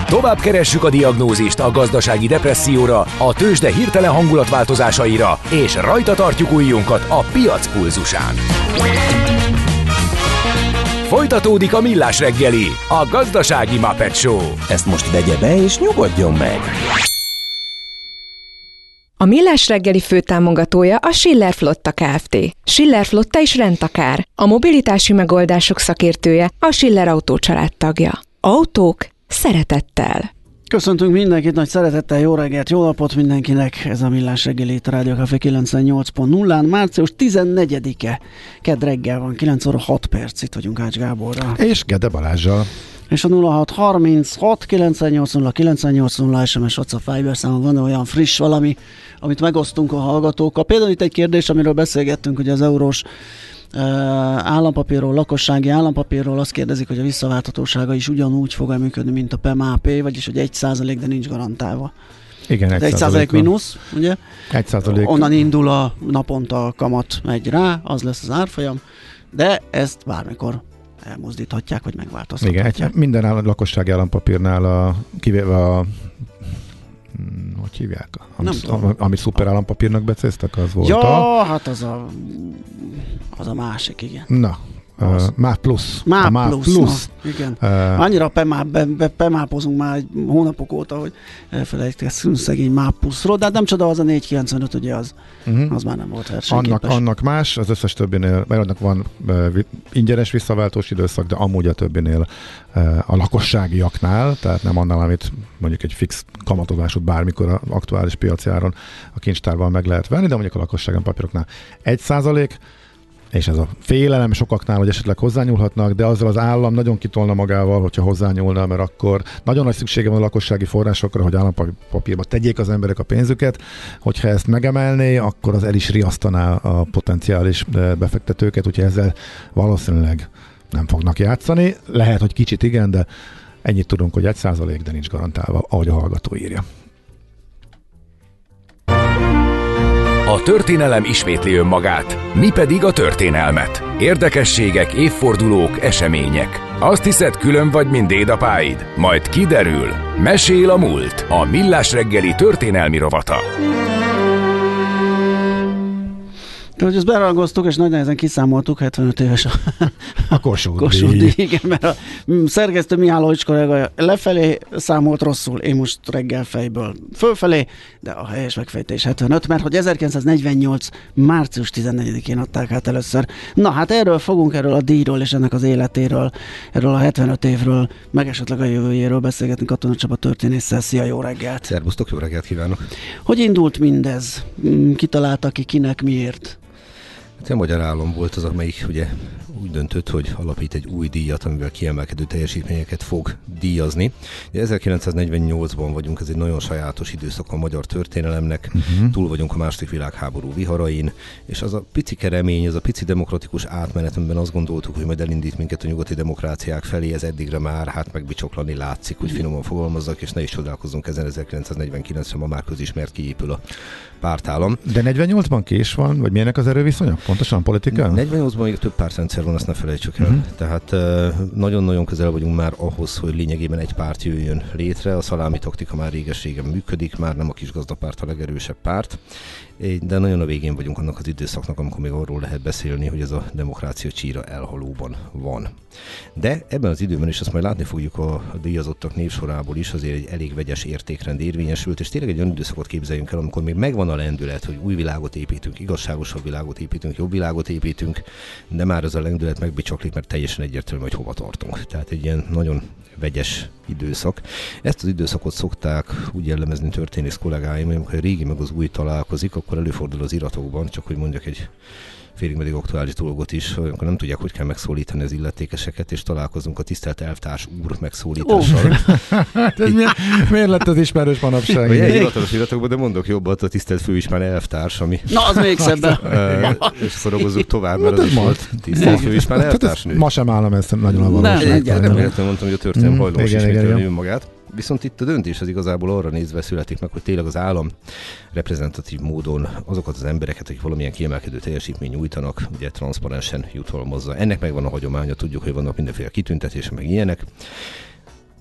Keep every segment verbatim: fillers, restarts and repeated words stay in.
Tovább keressük a diagnózist a gazdasági depresszióra, a tőzsde hirtelen hangulatváltozásaira, és rajta tartjuk ujjunkat a piac pulzusán. Folytatódik a Millás reggeli, a gazdasági Muppet Show. Ezt most vegye be és nyugodjon meg! A Millás reggeli főtámogatója a Schiller Flotta Kft. Schiller Flotta is rendtakár. A mobilitási megoldások szakértője, a Schiller Autó család tagja. Autók szeretettel. Köszöntünk mindenkit nagy szeretettel, jó reggelt, jó napot mindenkinek. Ez a Millás reggeli itt a Rádió Café kilencvennyolc pont nullán. Március tizennegyedike, kedd reggel van, kilenc óra hat perc, itt vagyunk Ács Gáborral. És Gede Balázsjal. És a nulla hat harminchat kilencvennyolc nulla kilencvennyolc nulla es em es WhatsApp Viber számon van olyan friss valami, amit megosztunk a hallgatókkal. Például itt egy kérdés, amiről beszélgettünk, ugye az eurós uh, állampapírról, lakossági állampapírról, azt kérdezik, hogy a visszaválthatósága is ugyanúgy fog működni, mint a P E M A P, vagyis hogy egy százalék, de nincs garantálva. Igen, egy, egy százalék mínusz, ugye? Egy százalék. Onnan indul a naponta a kamat megy rá, az lesz az árfolyam, de ezt bármikor elmozdíthatják, vagy megváltoztathatják. Igen, egy, minden állam, lakossági állampapírnál a, kivéve a hogy hívják? Amit, amit szuper állampapírnak becéztek, az volt ja, a... hát az a az a másik, igen. Na, uh, MÁ plusz. MÁ plusz, plusz. Na, igen. Uh, Annyira pemápozunk már egy hónapok óta, hogy elfelejtkeztünk szegény MÁ pluszról, de hát nem csoda, az a négy kilencvenöt, ugye az, uh-huh. az már nem volt versenyképes. Annak, annak más, az összes többinél, mert annak van uh, ingyenes visszaváltós időszak, de amúgy a többinél uh, a lakosságiaknál, tehát nem annál, amit mondjuk egy fix kamatozásod bármikor az aktuális piaci áron a kincstárban meg lehet venni, de mondjuk a lakossági papíroknál egy százalék, és ez a félelem sokaknál, hogy esetleg hozzányúlhatnak, de azzal az állam nagyon kitolna magával, hogyha hozzányúlna, mert akkor nagyon nagy szüksége van a lakossági forrásokra, hogy állampapírba tegyék az emberek a pénzüket. Hogyha ezt megemelné, akkor az el is riasztaná a potenciális befektetőket, úgyhogy ezzel valószínűleg nem fognak játszani. Lehet, hogy kicsit igen, de ennyit tudunk, hogy egy százalék, de nincs garantálva, ahogy a hallgató írja. A történelem ismétli önmagát, mi pedig a történelmet. Érdekességek, évfordulók, események. Azt hiszed, külön vagy, mint dédapáid? Majd kiderül. Mesél a múlt. A Millás reggeli történelmi rovata. Hogy ezt beragoztuk, és nagy nehezen kiszámoltuk, hetvenöt éves a, a Kossuth Kossuth-díj. Igen, mert a szerkesztő Mihálovics kollega lefelé számolt rosszul, én most reggel fejből fölfelé, de a helyes megfejtés hetvenöt, mert hogy ezerkilencszáznegyvennyolc március tizennegyedikén adták át először. Na hát erről fogunk, erről a díjról és ennek az életéről, erről a hetvenöt évről, meg esetleg a jövőjéről beszélgetni Katona Csaba történésszel. Szia, jó reggelt! Szervusztok, jó reggelt kívánok! Hogy indult mindez? Ki találta ki, kinek, miért? Hát a Magyar Állam volt az, amelyik ugye úgy döntött, hogy alapít egy új díjat, amivel kiemelkedő teljesítményeket fog díjazni. Ugye ezerkilencszáznegyvennyolcban vagyunk, ez egy nagyon sajátos időszak a magyar történelemnek, uh-huh. túl vagyunk a második világháború viharain, és az a pici remény, az a pici demokratikus átmenet, amiben azt gondoltuk, hogy majd elindít minket a nyugati demokráciák felé, ez eddigre már hát megbicsoklani látszik, hogy finoman fogalmazzak, és ne is csodálkozzunk ezen, ezerkilencszáznegyvenkilencre ma már közismert kiépül a pártállam. De negyvennyolcban ki is van? Vagy milyenek az erőviszonyok? Pontosan politika? negyvennyolcban még több pártrendszer van, azt ne felejtsük el. Uh-huh. Tehát nagyon-nagyon közel vagyunk már ahhoz, hogy lényegében egy párt jöjjön létre. A szalámi taktika már réges-régen működik, már nem a kisgazdapárt a legerősebb párt. De nagyon a végén vagyunk annak az időszaknak, amikor még arról lehet beszélni, hogy ez a demokrácia csíra elhalóban van. De ebben az időben is azt majd látni fogjuk a díjazottak névsorából is, azért egy elég vegyes értékrend érvényesült, és tényleg egy olyan időszakot képzeljünk el, amikor még megvan a lendület, hogy új világot építünk, igazságosabb világot építünk, jobb világot építünk, de már az a lendület megbicsaklik, mert teljesen egyértelmű, hogy hova tartunk. Tehát egy ilyen nagyon vegyes időszak. Ezt az időszakot szokták úgy jellemezni történész kollégáim, hogy amikor a régi meg az új találkozik, akkor előfordul az iratokban, csak hogy mondjak egy félig meddig aktuális dolgot is, akkor nem tudják, hogy kell megszólítani az illetékeseket, és találkozunk a tisztelt elvtárs úr megszólítással. Oh. Ez miért, miért lett az ismerős manapság? Ilyen hivatalos iratokban, de mondok jobbat, a tisztelt főispán elvtárs, ami... Na, az még szebben. És szorogozzuk tovább, mert az is volt tisztelt főispán elvtársnő. Ma sem állom ezt nagyon a valóság. Nem, egyáltalán. Nem mondtam, hogy a történelem hajlamos ismételni önmagát. Viszont itt a döntés az igazából arra nézve születik meg, hogy tényleg az állam reprezentatív módon azokat az embereket, akik valamilyen kiemelkedő teljesítmény nyújtanak, ugye transzparensen jutalmazza. Ennek megvan a hagyománya, tudjuk, hogy vannak mindenféle kitüntetések, meg ilyenek.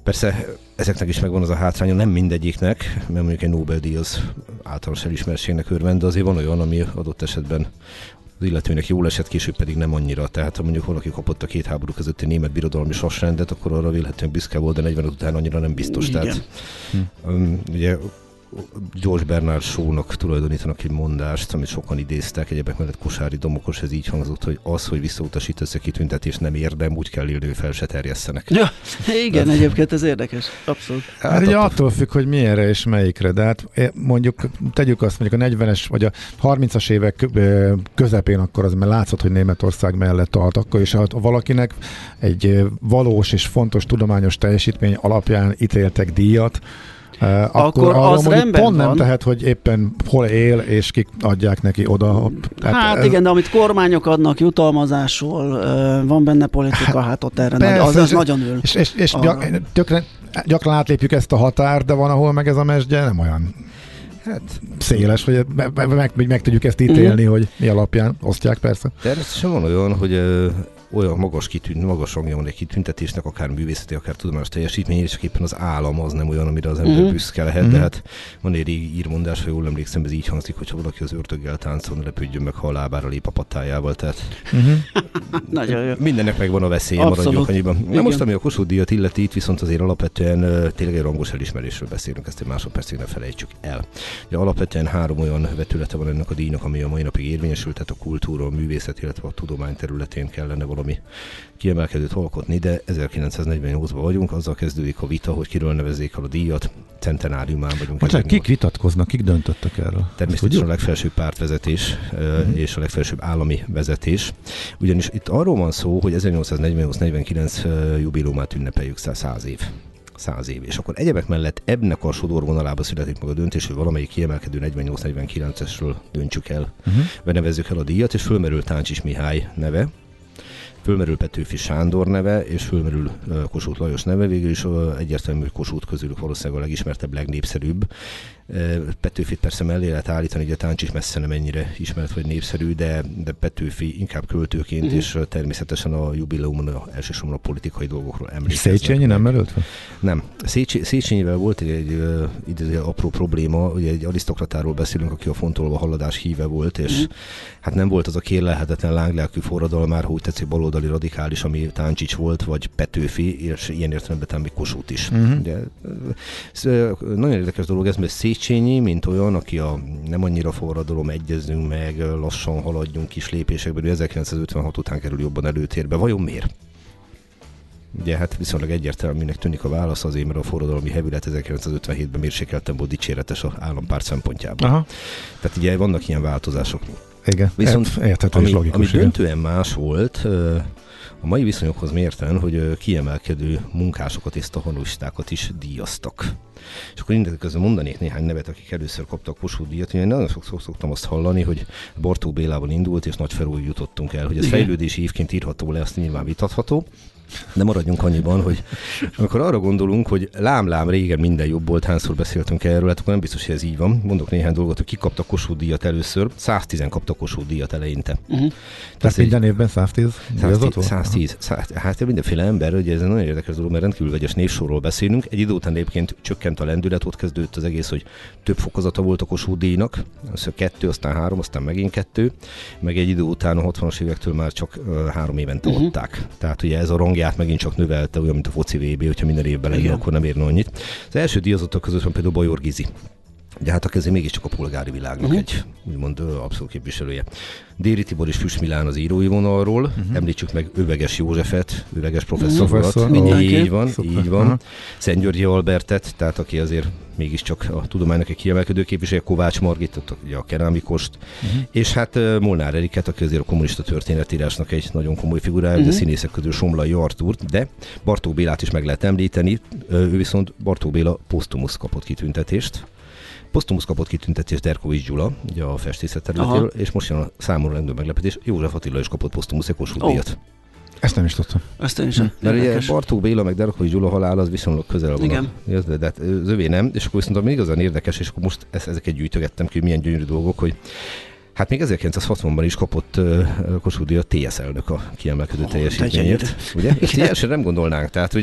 Persze ezeknek is megvan az a hátránya, nem mindegyiknek, mert mondjuk egy Nobel-díj az általános elismertségnek örvend, de azért van olyan, ami adott esetben az illetőnek jól esett, később pedig nem annyira. Tehát ha mondjuk valaki kapott a két háború közötti német birodalmi sorrendet, akkor arra véletlenül büszke volt, de negyvenöt után annyira nem biztos. Igen. Tehát, hm. um, ugye George Bernard Shaw-nak tulajdonítanak egy mondást, amit sokan idéztek, egyebek mellett Kosári Domokos, ez így hangzott, hogy az, hogy visszautasít össze kitüntetés nem érdem, úgy kell élni, hogy fel se terjesszenek. Ja, igen, de... egyébként ez érdekes, abszolút. Hát, hát ugye attól függ, hogy milyenre és melyikre, de hát mondjuk tegyük azt, mondjuk a negyvenes vagy a harmincas évek közepén akkor az, mert látszott, hogy Németország mellett tart, akkor is ha valakinek egy valós és fontos tudományos teljesítmény alapján ítéltek díjat, Uh, akkor, akkor az rendben pont van. Nem tehet, hogy éppen hol él, és kik adják neki oda. Hát, hát ez... igen, de amit kormányok adnak jutalmazásról, uh, van benne politika, hát ott erre persze, nagy, az, az nagyon ül. És, és, és gyak, tökre, gyakran átlépjük ezt a határt, de van, ahol meg ez a mesdje nem olyan hát, széles, hogy meg, meg, meg tudjuk ezt ítélni, uh-huh. hogy mi alapján osztják, persze. Természetesen van olyan, hogy uh, olyan magas, kitűnt, magas rangja van egy kitüntetésnek, akár művészeti, akár tudományos teljesítmény, és csak éppen az állam az nem olyan, amire az ember mm-hmm. büszke lehet, mm-hmm. de hát van egy régi írmondás, ha jól emlékszem, ez így hangzik, hogyha valaki az ördöggel táncol, lepődjön meg, ha a lábára lép a patájával, tehát mm-hmm. Nagyon jó. Mindennek megvan a veszélye, maradjunk annyiban. Na most, ami a Kossuth-díjat illeti, itt viszont azért alapvetően uh, tényleg egy rangos elismerésről beszélünk, ezt egy másodpercig ne felejtsük el. Ugye alapvetően három olyan vetülete van ennek a díjnak, ami a mai napig érvényesült, tehát a kultúra, a művészet, illetve a tudomány területén kellene valami kiemelkedőt alkotni, de ezerkilencszáznegyvennyolcban vagyunk, azzal kezdődik a vita, hogy kiről nevezzék el a díjat, centenáriumán vagyunk. Bocsánat, kik vitatkoznak, kik döntöttek erről? Természetesen a legfelsőbb pártvezetés uh-huh. és a legfelsőbb állami vezetés. Ugyanis itt arról van szó, hogy ezernyolcszáznegyvennyolc negyvenkilenc jubileumát ünnepeljük száz év. Száz év. És akkor egyebek mellett ebnek a sodorvonalába születik meg a döntés, hogy valamelyik kiemelkedő negyvennyolc negyvenkilencesről döntsük el, uh-huh. benevezzük el a díjat, és fölmerül Táncsis Mihály neve, fölmerül Petőfi Sándor neve, és fölmerül uh, Kossuth Lajos neve, végül is uh, egyértelmű, hogy Kossuth közülük valószínűleg a legismertebb, legnépszerűbb. Uh, Petőfit persze mellé lehet állítani, ugye Táncsis messze nem ennyire ismert vagy népszerű, de, de Petőfi inkább költőként, uh-huh. és uh, természetesen a jubileumon a, elsősorban a politikai dolgokról emlékeznek. Széchenyi nem merült fel? Nem. Széchenyi, Széchenyivel volt egy, egy, egy, egy apró probléma, ugye egy arisztokratáról beszélünk, aki a fontolva haladás híve volt, és uh-huh. hát nem volt az a kérlelhetetlen lánglelkű forradalmár, úgy tetszik baloldali radikális, ami Táncsics volt, vagy Petőfi, és ilyen értelemben talán még Kossuth is. Uh-huh. Ugye, nagyon érdekes dolog ez, mert Széchenyi, mint olyan, aki a nem annyira forradalom, egyezünk meg, lassan haladjunk kis lépésekben, ő ezerkilencszázötvenhat után kerül jobban előtérbe. Vajon miért? Ugye hát viszonylag egyértelműnek tűnik a válasz, azért, mert a forradalmi hevület ezerkilencszázötvenhétben mérsékelten volt dicséretes az állampárt szempontjában. Aha. Tehát ugye vannak ilyen változások. Igen, viszont érthető ami, és logikus. Ami döntően más volt a mai viszonyokhoz mérten, hogy kiemelkedő munkásokat és sztahanistákat is díjaztak. És akkor mindezek közben mondanék néhány nevet, akik először kaptak Kossuth-díjat. Én nagyon sokszor szoktam azt hallani, hogy Bartók Bélával indult, és Nagyferóig jutottunk el. Hogy ez fejlődési évként írható le, azt nyilván vitatható. De maradjunk annyiban, hogy amikor arra gondolunk, hogy lám-lám régen minden jobb volt, hányszor beszéltünk erről, hát akkor nem biztos, hogy ez így van. Mondok néhány dolgot, hogy ki kapta Kossuth-díjat először. száztízen kapta Kossuth-díjat eleinte. Uh-huh. Tehát minden évben száztíz? száztíz. Hát mindenféle ember, ugye ez egy nagyon érdekes dolog, mert rendkívül vegyes névsorról beszélünk. Egy idő után egyébként csökkent a lendület, ott kezdődött az egész, hogy több fokozata volt a Kossuth-díjnak. Először kettő, aztán három, aztán megint kettő. Meg egy idő után a hatvanas évektől már csak uh, három évente uh-huh. adták. Tehát ugye ez a rangját megint csak növelte, olyan, mint a foci vé bé, hogyha minden évben lenne, akkor nem érne annyit. Az első díjazottak között van például Bajor Gizi. De hát a kezé mégiscsak a polgári világnak uh-huh. egy úgymond abszolút képviselője. Déri Tibor és Füst Milán az írói vonalról, uh-huh. említsük meg Öveges Józsefet, Öveges professzorokat, uh-huh. így van, Szuper. így van. Uh-huh. Szentgyörgyi Albertet, tehát aki azért mégiscsak a tudománynak egy kiemelkedő képviselője, Kovács Margit, ugye a kerámikost, uh-huh. és hát Molnár Eriket, aki azért a kommunista történetírásnak egy nagyon komoly figurája, uh-huh. de színészek közül Somlai Artúrt, de Bartók Bélát is meg lehet említeni, ő viszont Bartók Béla posztumusz kapott kitüntetést. Posztumusz kapott kitüntetést Derkovich Gyula, ugye a festészet területéről, és most jön a számomra legnagyobb meglepetés, József Attila is kapott posztumusz Kossuth-díjat. Oh. Ezt nem is tudtam. Ezt én sem. Mert ugye Bartók Béla meg Derkovich Gyula halál az viszonylag közel van. Igen. A, de hát az övé nem, és akkor viszont ami igazán érdekes, és akkor most ezeket gyűjtögettem ki, hogy milyen gyönyörű dolgok, hogy hát még ezerkilencszázhatvanban is kapott uh, Kossuth-díjat té es elnök a kiemelkedő oh, teljesítményért. Ugye? Ezt így első nem gondolnánk. Tehát, hogy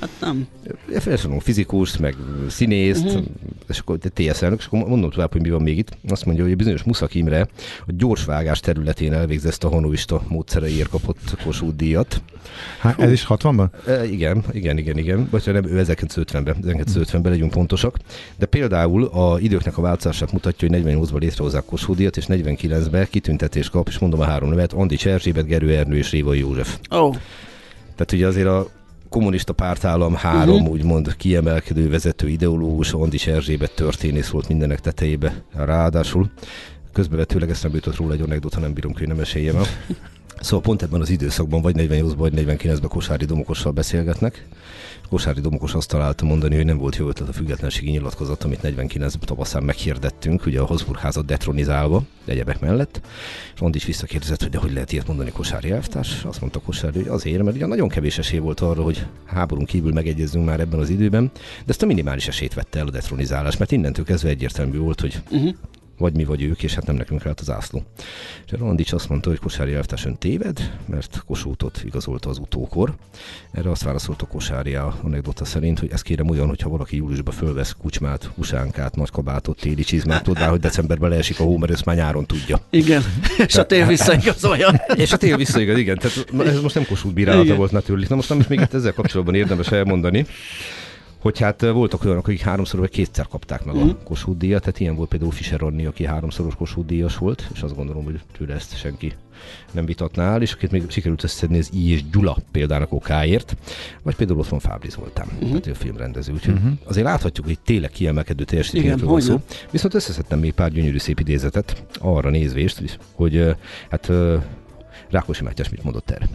Hát nem. Felsorolom fizikust, meg színészt, uh-huh. és akkor té es elnök, és akkor mondom tovább, hogy mi van még itt. Azt mondja, hogy a bizonyos Muszak Imre a gyorsvágás területén elvégzett a honovista módszereiért kapott Kossuth díjat. Hát ez is hatvanban? E, igen, igen, igen, igen. Vagy nem, ő ezerkilencszázötvenben, ezerkilencszázötvenben legyünk pontosak. De például a időknek a változását mutatja, hogy negyvennyolcban létrehozzák Kossuth díjat, és negyvenkilencben kitüntetés kap, és mondom a három nevet, Andics Erzsébet, Gerő Ernő és Révai József. Oh. Tehát ugye azért a kommunista pártállam három uh-huh. úgymond kiemelkedő vezető ideológus, Andics Erzsébet történész volt mindenek tetejébe. Ráadásul közbevetőleg eszembe jutott róla egy anekdota, nem bírom, hogy nem meséljem el. Szóval pont ebben az időszakban, vagy negyvennyolcban, vagy negyvenkilencben Kossuth Domokossal beszélgetnek. Kossuth Domokos azt találta mondani, hogy nem volt jó ötlet a függetlenségi nyilatkozat, amit negyvenkilencben tavaszán meghirdettünk, ugye a Habsburg-házat detronizálva, egyebek mellett. És Andics visszakérdezett, hogy de hogy lehet ilyet mondani Kossuth elvtárs? Azt mondta Kossuth, hogy azért, mert ugye nagyon kevés esély volt arra, hogy háborún kívül megegyezzünk már ebben az időben, de ezt a minimális esélyt vette el a detronizálás, mert innentől kezdve egyértelmű volt, hogy uh-huh. vagy mi vagy ők, és hát nem nekünk állt az ászló. És Andics azt mondta, hogy Kossuth elvtárs ön téved, mert Kossuthot igazolta az utókor. Erre azt válaszolta Kossuth anekdota szerint, hogy ez kérem olyan, hogyha valaki júliusban fölvesz kucsmát, usánkát, nagy kabátot, téli csizmát, tudná, hogy decemberben leesik a hó, mert ezt már nyáron tudja. Igen, és a tél visszaigazolja. És a tél visszaigaz, igen. Tehát ez most nem Kossuth bírálata igen. volt naturlig. Na most amit még itt ezzel kapcsolatban érdemes elmondani, hogy hát voltak olyanok, akik háromszor vagy kétszer kapták meg mm. a Kossuth díjat, tehát ilyen volt például Fischer Anni, aki háromszoros Kossuth díjas volt, és azt gondolom, hogy tőle ezt senki nem vitatná el, és akit még sikerült összeszedni az I. és Gyula példának okáért, vagy például ott van Fábri Zoltán, mm-hmm. tehát ő a filmrendező. Úgyhogy mm-hmm. azért láthatjuk, hogy tényleg kiemelkedő teljesítményről van szó. Viszont összeszedtem még pár gyönyörű szép idézetet arra nézvést, hogy hát Rákosi Mátyás mit mondott erre.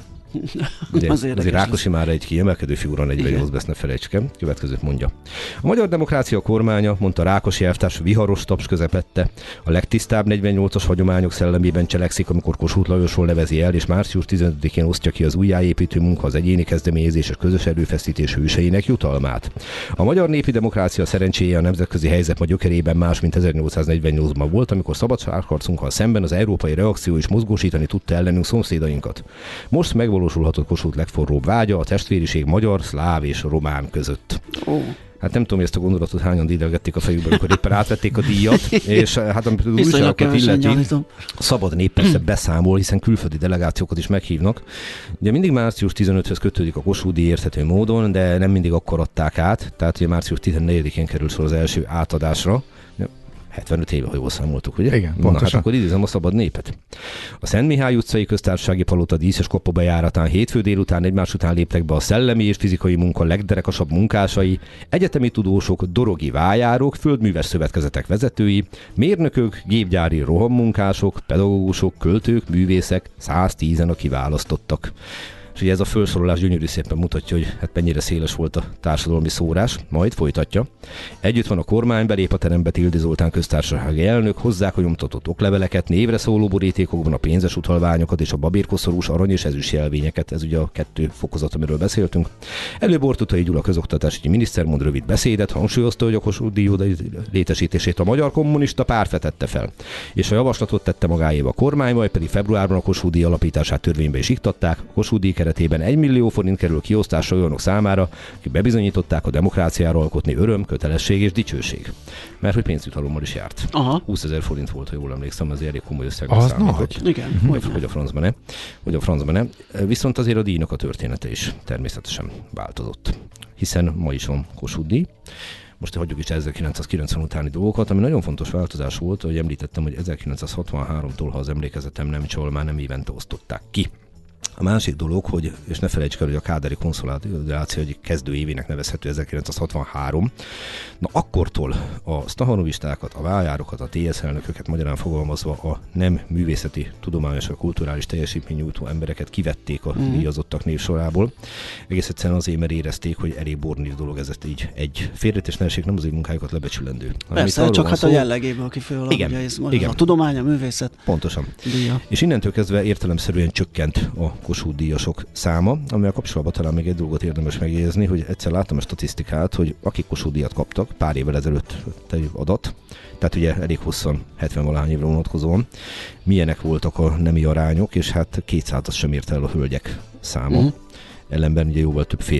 Ugye, az azért Rákosi már egy kiemelkedő figura, negyvennyolcban, ezt ne felejtsük el. Következőt mondja. A magyar demokrácia kormánya, mondta Rákosi elvtárs, viharos taps közepette. A legtisztább negyvennyolcas hagyományok szellemében cselekszik, amikor Kossuth Lajosról nevezi el, és március tizenötödikén osztja ki az újjáépítő munka, az egyéni kezdeményezés és közös erőfeszítés hőseinek jutalmát. A magyar népi demokrácia szerencséje a nemzetközi helyzet ma gyökerében más, mint ezernyolcszáznegyvennyolcban volt, amikor szabadságharcunkkal szemben az európai reakció is mozgósítani tudta ellenünk szomszédainkat. Most megvalósul valósulhatott Kossuth legforróbb vágya, a testvériség magyar, szláv és román között. Oh. Hát nem tudom, hogy ezt a gondolatot hányan dédelgették a fejükből, amikor éppen átvették a díjat, és hát amit az újságokat illeti, a Szabad Nép persze beszámol, hiszen külföldi delegációkat is meghívnak. Ugye mindig március tizenötödikéhez kötődik a Kossuth díj érthető módon, de nem mindig akkor adták át, tehát ugye március tizennegyedikén került sor az első átadásra. hetvenöt éve, ha jól számoltuk, ugye? Igen, Na, hát akkor idézem a Szabad Népet. A Szent Mihály utcai köztársasági palota díszes kapu bejáratán hétfő délután egymás után léptek be a szellemi és fizikai munka legderekasabb munkásai, egyetemi tudósok, dorogi vájárók, földműves szövetkezetek vezetői, mérnökök, gépgyári rohammunkások, pedagógusok, költők, művészek, száztízen a kiválasztottak. És ugye ez a felsorolás gyönyörű szépen mutatja, hogy hát mennyire széles volt a társadalmi szórás, majd folytatja. Együtt van a kormány, belép a terembe Tildy Zoltán köztársasági elnök, hozzák a nyomtatott okleveleket, névre szóló borítékokban a pénzes utalványokat és a babérkoszorús arany és ezüst jelvényeket, ez ugye a kettő fokozat, amiről beszéltünk. Előbb Ortutay Gyula közoktatási miniszter mond rövid beszédet, hangsúlyozta, hogy a Kossuth díj létesítését a Magyar Kommunista Párt vetette fel, és a javaslatot tette magáéba a kormány, majd pedig februárban a Kossuth díj alapítását törvénybe is iktatták. A Kossuth díj keretében egy millió forint kerül kiosztásra olyanok számára, akik bebizonyították, a demokráciára alkotni öröm, kötelesség és dicsőség. Mert hogy pénzjutalommal is járt. Aha. húszezer forint volt, ha jól emlékszem, az elég komoly összegre számított. Igen. Hogy, hogy a francban ne. Hogy a francban ne. Viszont azért a díjnak a története is természetesen változott. Hiszen ma is van Kossuth díj. Most hagyjuk is ezerkilencszázkilencven utáni dolgokat, ami nagyon fontos változás volt, hogy említettem, hogy ezerkilencszázhatvanháromtól, ha az emlékezetem nem csal, már nem évente osztották ki. A másik dolog, hogy, és ne felejtsük el, hogy a kádári konszolidáció egyik kezdő évének nevezhető ezerkilencszázhatvanhárom. Na akkortól a sztahanovistákat, a vájárokat, a té es elnököket, magyarán fogalmazva a nem művészeti, tudományos vagy kulturális teljesítménynyújtó embereket kivették a mm. díjazottak névsorából. Egész egyszerűen azért, mert érezték, hogy elég bornír dolog ez így egy félretés ne essék, nem az ő munkájukat lebecsülendő. Persze, csak hát szó, a jellegéből kifejezően. Igen, ez igen. A tudomány, a művészet. Pontosan. Díja. És innentől kezdve értelemszerűen csökkent a Kossuth díjasok száma, amivel kapcsolatban talán még egy dolgot érdemes megjegyezni, hogy egyszer láttam a statisztikát, hogy akik Kossuth díjat kaptak, pár évvel ezelőtt egy adat, tehát ugye elég hosszan, hetven-valahány évre vonatkozóan, milyenek voltak a nemi arányok, és hát kétszázat sem ért el a hölgyek száma. Uh-huh. Ellenben ugye jóval több férfi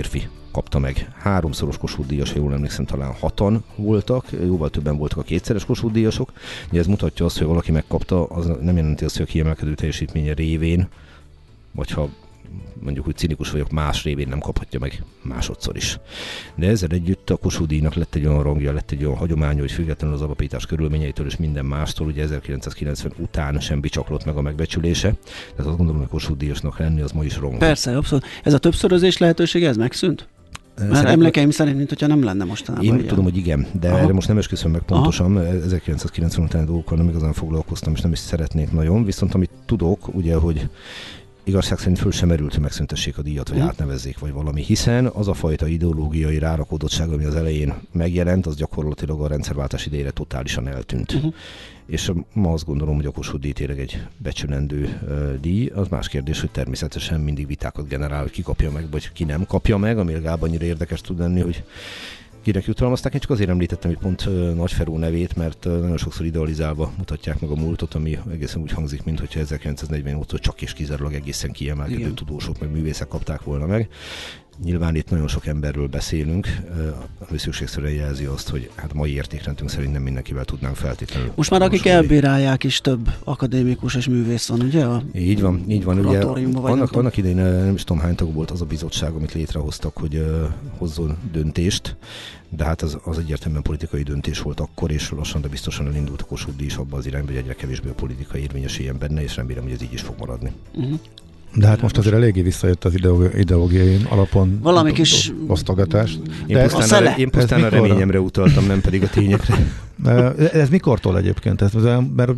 kapta meg. Háromszoros Kossuth-díjas, ha jól emlékszem, talán hatan voltak, jóval többen voltak a kétszeres Kossuth-díjasok. Ugye ez mutatja azt, hogy valaki megkapta, az nem jelenti azt, hogy a kiemelkedő teljesítménye révén, vagy ha mondjuk úgy cinikus vagyok, más révén nem kaphatja meg másodszor is. De ezzel együtt a Kossuth-díjnak lett egy olyan rangja, lett egy olyan hagyománya, hogy függetlenül az alapítás körülményeitől és minden mástól, ugye ezerkilencszázkilencven után sem bicsaklott meg a megbecsülése. Tehát azt gondolom, hogy Kossuth-díjasnak lenni az ma is rong. Persze, abszolút. Ez a többszörözés lehetősége, ez megszűnt? Mert Szerint... emlékeim szerint, mint hogyha nem lenne mostanában. Én úgy tudom, hogy igen, de Aha. erre most nem esküszöm meg pontosan. Aha. ezerkilencszázkilencven utáni dolgokkal nem igazán foglalkoztam, és nem is szeretnék nagyon. Viszont amit tudok, ugye, hogy igazság szerint föl sem merült, hogy megszüntessék a díjat, vagy uh-huh. átnevezzék, vagy valami, hiszen az a fajta ideológiai rárakódottság, ami az elején megjelent, az gyakorlatilag a rendszerváltás idejére totálisan eltűnt. Uh-huh. És ma azt gondolom, hogy a Kossuth-díj tényleg egy becsülendő uh, díj. Az más kérdés, hogy természetesen mindig vitákat generál, hogy ki kapja meg, vagy ki nem kapja meg, ami legalább annyira érdekes tud lenni, hogy kinek jutalmazták. Én csak azért említettem, hogy pont uh, Nagyferó nevét, mert uh, nagyon sokszor idealizálva mutatják meg a múltot, ami egészen úgy hangzik, mintha ezerkilencszáznegyvennyolctól csak és kizárólag egészen kiemelkedő Igen. tudósok, meg művészek kapták volna meg. Nyilván itt nagyon sok emberről beszélünk, ami szükségszerűen jelzi azt, hogy hát a mai értékrendünk szerint nem mindenkivel tudnánk feltétlenül. Most már akik elbírálják is, több akadémikus és művész van, ugye? A így van, így van. Ugye, annak, annak idején nem is tudom hány tag volt az a bizottság, amit létrehoztak, hogy uh, hozzon döntést, de hát az, az egyértelműen politikai döntés volt akkor, és lassan, de biztosan elindult a Kossuth-díj is abban az irányba, hogy egyre kevésbé a politika érvényesüljen benne, és remélem, hogy ez így is fog maradni. Uh-huh. De hát most azért eléggé visszajött az ideológiai alapon valami kis osztogatás. Én De pusztán, a, én pusztán a reményemre utaltam, nem pedig a tényekre. Ez mikortól egyébként? Ez, mert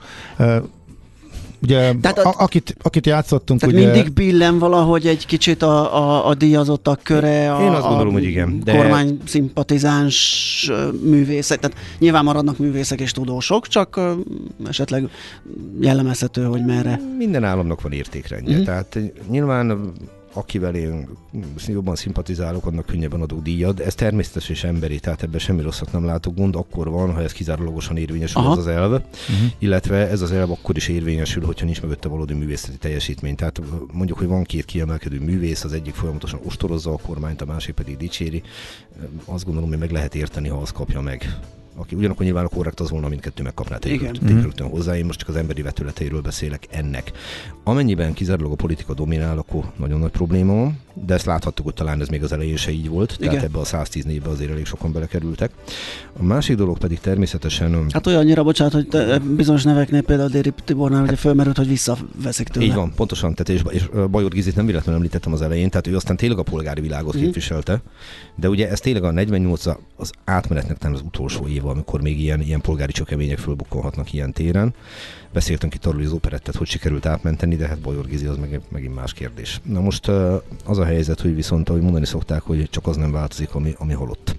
ugye, a, a, akit, akit játszottunk... Tehát ugye, mindig billen valahogy egy kicsit a, a, a díjazottak köre, a, én azt gondolom, a hogy igen, de... kormány szimpatizáns művészek, tehát nyilván maradnak művészek és tudósok, csak uh, esetleg jellemezhető, hogy merre. Minden államnak van értékrendje, mm-hmm. tehát nyilván akivel én jobban szimpatizálok, annak könnyebben adok díjat. Ez természetes és emberi, tehát ebben semmi rosszat nem látok. Gond akkor van, ha ez kizárólagosan érvényesül az az elv, uh-huh. illetve ez az elv akkor is érvényesül, hogyha nincs mögötte valódi művészeti teljesítmény. Tehát mondjuk, hogy van két kiemelkedő művész, az egyik folyamatosan ostorozza a kormányt, a másik pedig dicséri. Azt gondolom, hogy meg lehet érteni, ha azt kapja meg. Aki ugyanakkor nyilván a korrekt az volna, mindkettő megkapná rögtön hozzá. Én most csak az emberi vetületeiről beszélek ennek. Amennyiben kizárólag a politika dominál, akkor nagyon nagy probléma van, de ezt láthattuk, hogy talán ez még az elején se így volt, Igen. tehát ebbe a száztíz névbe azért elég sokan belekerültek. A másik dolog pedig természetesen... Hát olyannyira, bocsánat, hogy te, bizonyos neveknél, például Déri Tibornál ugye fölmerült, hogy visszaveszik tőle. Így van, pontosan, tehát és, és Bajor Gizit nem véletlenül említettem az elején, tehát ő aztán tényleg a polgári világot mm. képviselte, de ugye ez tényleg a negyvennyolc az átmenetnek nem az utolsó év, amikor még ilyen, ilyen polgári csökemények fölbukkolhatnak ilyen téren. Beszéltünk itt arról, hogy az operettet hogy sikerült átmenteni, de hát Bajor Gizi az meg, megint más kérdés. Na most az a helyzet, hogy viszont, ahogy mondani szokták, hogy csak az nem változik, ami, ami halott.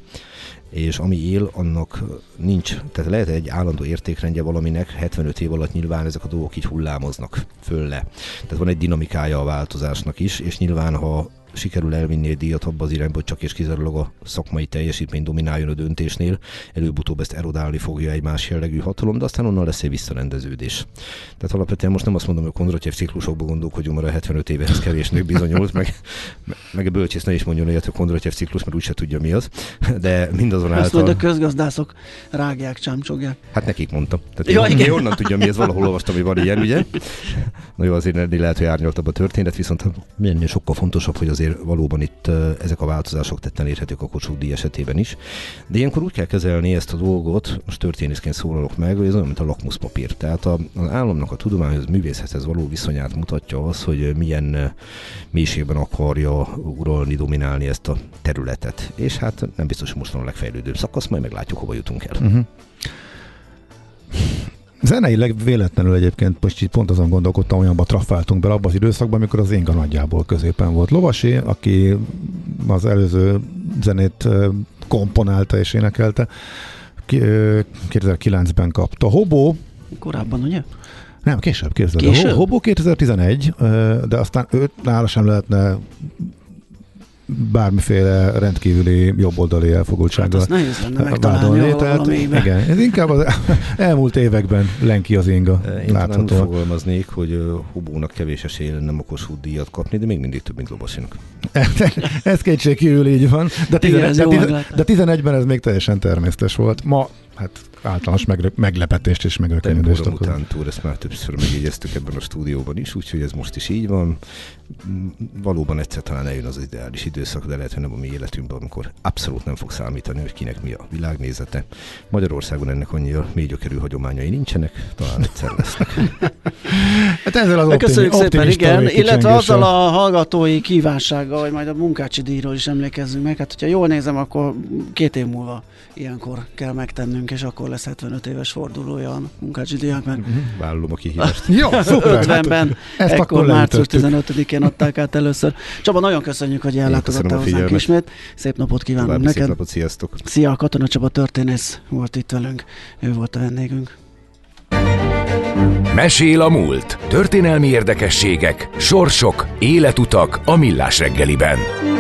És ami él, annak nincs, tehát lehet egy állandó értékrendje valaminek, hetvenöt év alatt nyilván ezek a dolgok így hullámoznak föl le. Tehát van egy dinamikája a változásnak is, és nyilván, ha sikerül elvinni egy díjat abba az irányba, hogy csak és kizárólag a szakmai teljesítmény domináljon a döntésnél, előbb-utóbb ezt erodálni fogja egy más jellegű hatalom, de aztán onnan lesz egy visszarendeződés. Tehát alapvetően most nem azt mondom, hogy a Kondratyev ciklusokban gondolkodjunk, mert a hetvenöt évehez kevésnek bizonyult, meg, meg a bölcsész ne is mondjon olyat, hogy Kondratyev ciklus, mert úgyse tudja mi az, de mindazonáltal... Azt majd a közgazdászok rágják, csámcsogják. Hát nekik mondtam. Tehát ja, én, én onnan tudjam mi ez, valahol olvastam, hogy van ilyen, ugye? Na jó, azért lehet, hogy árnyaltabb a történet, viszont ennél sokkal fontosabb, hogy azért valóban itt uh, ezek a változások tetten érhetők a Kossuth-díj esetében is. De ilyenkor úgy kell kezelni ezt a dolgot, most történészként szólalok meg, hogy ez olyan, mint a lakmuszpapír. Tehát a, az államnak a tudományhoz, művészethez való viszonyát mutatja az, hogy milyen uh, mélységben akarja uralni, dominálni ezt a területet. És hát nem biztos, hogy most van a legfejlődőbb szakasz, majd meglátjuk, hova jutunk el. Uh-huh. Zeneileg véletlenül egyébként most így pont azon gondolkodtam, olyanba trafáltunk bele abban az időszakban, amikor az Inga nagyjából középen volt. Lovasi, aki az előző zenét komponálta és énekelte, kétezer-kilencben kapta. Hobó... Korábban, ugye? Nem, később, később. Később? Hobó kétezer-tizenegy, de aztán őt nála sem lehetne bármiféle rendkívüli jobboldali elfogultsággal. Hát nehéz lenne megtalálni valami. Igen, ez inkább az elmúlt években lenki az Inga. Én talán úgy fogalmaznék, hogy Hobónak kevés esélye lenne a Kossuth-díjat kapni, de még mindig több, mint Lovasinak. Ez kétségkívül így van, de, Igen, ez tizenegy, jó de, de tizenegyben ez még teljesen természetes volt. Ma hát általános megre- meglepetést és megrökönyödést Temporum okoz. után ezt már többször megjegyeztük ebben a stúdióban is, úgyhogy ez most is így van. Valóban egyszer talán eljön az ideális időszak, de lehet, hogy nem a mi életünkben, amikor abszolút nem fog számítani, hogy kinek mi a világnézete. Magyarországon ennek annyira mély gyökerű hagyományai nincsenek, talán egyszer lesznek. Hát ezzel az optimi, Köszönjük szépen, igen, illetve azzal a... a hallgatói kívánsággal, hogy majd a munkácsi díjról is emlékezzünk meg. Hát, hogyha jól nézem, akkor két év múlva ilyenkor kell megtennünk, és akkor lesz hetvenöt éves fordulója a munkácsi díjak, mert Vállalom a kihívást. Jó, szuper! ötvenben, Hát, ekkor március tizenötödikén adták át először. Csaba, nagyon köszönjük, hogy ellátogattál hozzánk ismét. Szép napot kívánunk További neked. Szép napot, sziasztok! Szia, Katona Csaba történész volt itt velünk. Ő volt a vendégünk. Mesél a múlt. Történelmi érdekességek, sorsok, életutak a Millás reggeliben.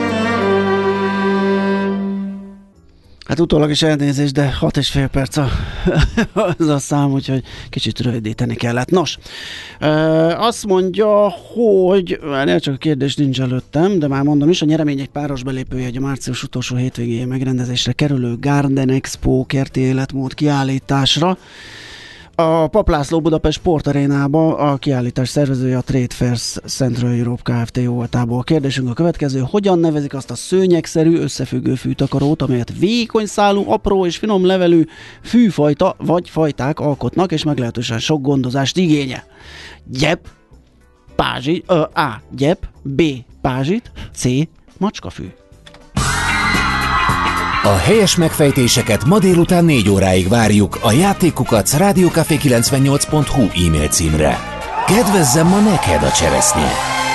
Hát utólag is elnézést, de hat és fél perc a, az a szám, úgyhogy kicsit rövidíteni kellett. Nos, e, azt mondja, hogy nem csak a kérdés nincs előttem, de már mondom is, a nyeremény egy páros belépője, hogy a március utolsó hétvégéje megrendezésre kerülő Garden Expo kerti életmód kiállításra. A Papp László Budapest Sportarénába a kiállítás szervezője a Trade Fairs Central Europe Kft. Jóvoltából. A kérdésünk a következő: hogyan nevezik azt a szőnyegszerű összefüggő fűtakarót, amelyet vékony szálú, apró és finom levelű fűfajta vagy fajták alkotnak, és meglehetősen sok gondozást igénye? Gyep, pázsit, ö, A. Gyep, B. Pázsit, C. Macskafű. A helyes megfejtéseket ma délután négy óráig várjuk a játékukac rádiókafé kilencvennyolc pont hu e-mail címre. Kedvezzem ma neked a cseresznye!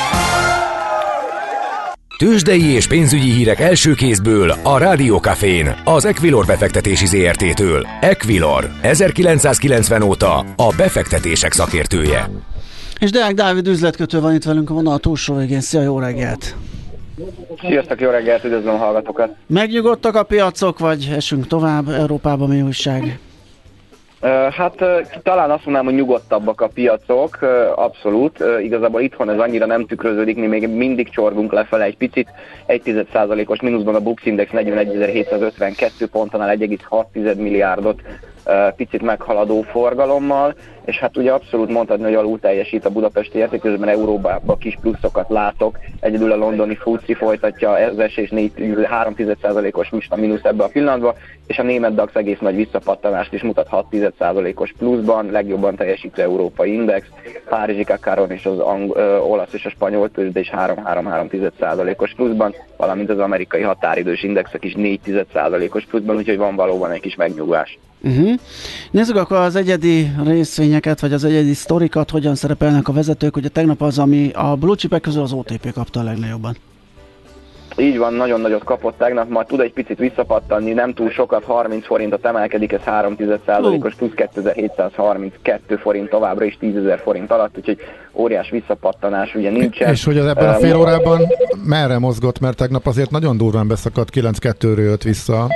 Tőzsdei és pénzügyi hírek első kézből a Rádiókafén, az Equilor befektetési zé er té-től. Equilor, ezerkilencszázkilencven óta a befektetések szakértője. És Deák Dávid üzletkötő van itt velünk a vonal túlsó végén. Szia, jó reggelt! Sziasztok, jó reggelt, üdvözlöm a hallgatókat! Megnyugodtak a piacok, vagy esünk tovább? Európában mi újság? Uh, hát uh, talán azt mondanám, hogy nyugodtabbak a piacok, uh, abszolút. Uh, igazából itthon ez annyira nem tükröződik, mi még mindig csorgunk lefele egy picit. egy tized százalékos mínuszban a Bux Index negyvenegyezer-hétszázötvenkettő pontnál egy egész hat milliárdot uh, picit meghaladó forgalommal, és hát ugye abszolút mondhatni, hogy alul teljesít a budapesti érték, közben Európában kis pluszokat látok. Egyedül a londoni FTSE folytatja az esés három tized százalékos mínusz ebbe a pillanatban, és a német DAX egész nagy visszapattanást is mutat hat tized százalékos pluszban, legjobban teljesítő európai index, Párizsi Kakaron és az ang- ö, olasz és a spanyol tőzsde is három-három tized százalékos pluszban, valamint az amerikai határidős indexek is négy tized százalékos pluszban, úgyhogy van valóban egy kis megnyugvás. Uh-huh. Nézzük akkor az egyedi részvényeket, vagy az egyedi sztorikat, hogyan szerepelnek a vezetők. Ugye tegnap az, ami a blue chipek közül az o té pé kapta a legnagyobbban. Így van, nagyon nagyot kapott tegnap, majd tud egy picit visszapattanni, nem túl sokat, harminc forintot emelkedik, ez három tized százalékos plusz kétezer-hétszázharminckettő forint továbbra is tízezer forint alatt, úgyhogy óriás visszapattanás ugye nincsen. És hogy az ebben a fél órában merre mozgott, mert tegnap azért nagyon durván beszakadt, kilenc kettőről jött vissza.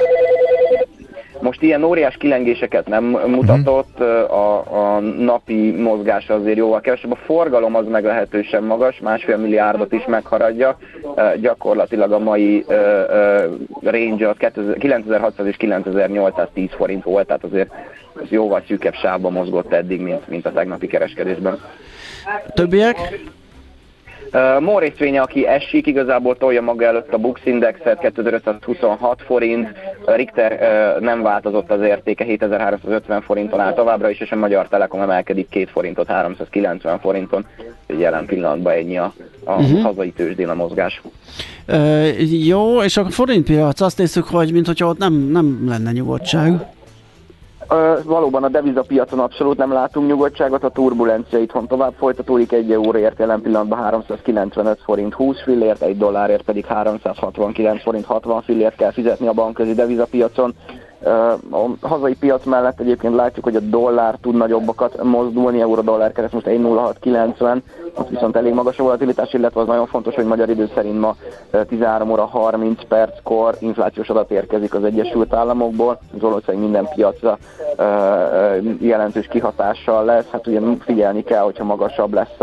Most ilyen óriás kilengéseket nem mutatott, a, a napi mozgás azért jóval kevesebb, a forgalom az meglehetősen magas, másfél milliárdot is megharadja, gyakorlatilag a mai uh, uh, range az kilencezer-hatszáz és kilencezer-nyolcszáztíz forint volt, tehát azért ez jóval szűkebb sávban mozgott eddig, mint, mint a tegnapi kereskedésben. Többiek? Uh, MOL részvénye, aki esik, igazából tolja maga előtt a Bux Indexet, kétezer-ötszázhuszonhat forint, a Richter uh, nem változott az értéke, hétezer-háromszázötven forinton áll továbbra is, és a Magyar Telekom emelkedik két forintot háromszázkilencven forinton, jelen pillanatban ennyi a, a uh-huh. hazai tőzsdén a mozgás. Uh, jó, és a forintpiac, azt nézzük, hogy minthogyha ott nem, nem lenne nyugodtság. Uh, valóban a devizapiacon abszolút nem látunk nyugodtságot, a turbulencia itthon tovább folytatódik, egy euróért jelen pillanatban háromszázkilencvenöt forint húsz fillért, egy dollárért pedig háromszázhatvankilenc forint hatvan fillért kell fizetni a bankközi devizapiacon. Uh, a hazai piac mellett egyébként látjuk, hogy a dollár tud nagyobbakat mozdulni, euró-dollár kereszt most egy nulla hat kilencven, ott viszont elég magas a volatilitás, illetve az nagyon fontos, hogy magyar idő szerint ma tizenhárom óra harminc perckor inflációs adat érkezik az Egyesült Államokból, az valószínűleg minden piacra uh, jelentős kihatással lesz, hát ugye figyelni kell, hogyha magasabb lesz a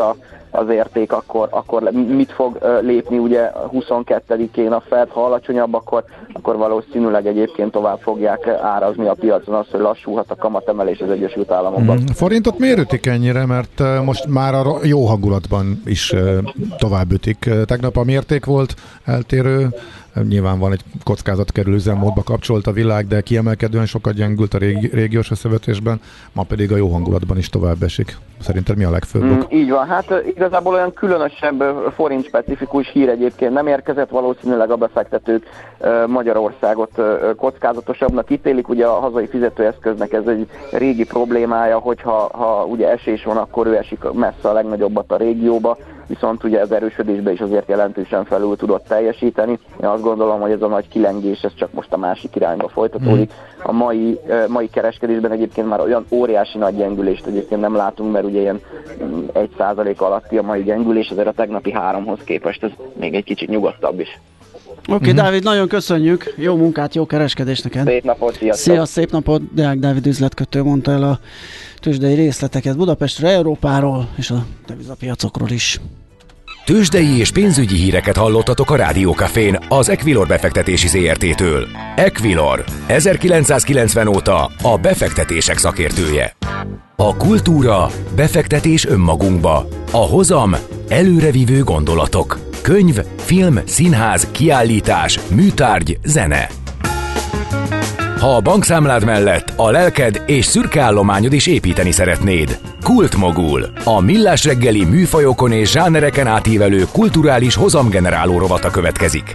az érték, akkor, akkor mit fog lépni ugye huszonkettedikén a Fed, ha alacsonyabb, akkor, akkor valószínűleg egyébként tovább fogják árazni a piacon azt, hogy lassulhat a kamatemelés az Egyesült Államokban. Mm, forintot miért ütik ennyire, mert most már a jó hangulatban is tovább ütik. Tegnap a mérték volt eltérő, nyilván van egy kockázatkerül üzemmódba kapcsolt a világ, de kiemelkedően sokat gyengült a régi, régiós összevetésben, ma pedig a jó hangulatban is tovább esik. Szerinted mi a legfőbb ok? Mm, így van, hát igazából olyan különösebb forint specifikus hír egyébként nem érkezett, valószínűleg a befektetők Magyarországot kockázatosabbnak ítélik, ugye a hazai fizetőeszköznek ez egy régi problémája, hogyha ha ugye esés van, akkor ő esik messze a legnagyobbat a régióba, viszont ugye az erősödésben is azért jelentősen felül tudott teljesíteni. Én azt gondolom, hogy ez a nagy kilengés, ez csak most a másik irányba folytatódik. A mai, mai kereskedésben egyébként már olyan óriási nagy gyengülést egyébként nem látunk, mert ugye ilyen egy százalék alatti a mai gyengülés, azért a tegnapi háromhoz képest ez még egy kicsit nyugodtabb is. Oké, okay, mm-hmm. Dávid, nagyon köszönjük, jó munkát, jó kereskedést neked. Szép napot, sziasztok! Szia, szép napot, Deák Dávid üzletkötő mondta el a tőzsdei részleteket Budapestről, Európáról és a devizapiacokról is. Tőzsdei és pénzügyi híreket hallottatok a Rádió Cafén az Equilor befektetési zé er té-től. Equilor, ezerkilencszázkilencven óta a befektetések szakértője. A kultúra, befektetés önmagunkba, a hozam, előrevívő gondolatok, könyv, film, színház, kiállítás, műtárgy, zene. Ha a bankszámlád mellett a lelked és szürke állományod is építeni szeretnéd. Kultmogul, a millás reggeli műfajokon és zsánereken átívelő kulturális hozamgeneráló rovata következik.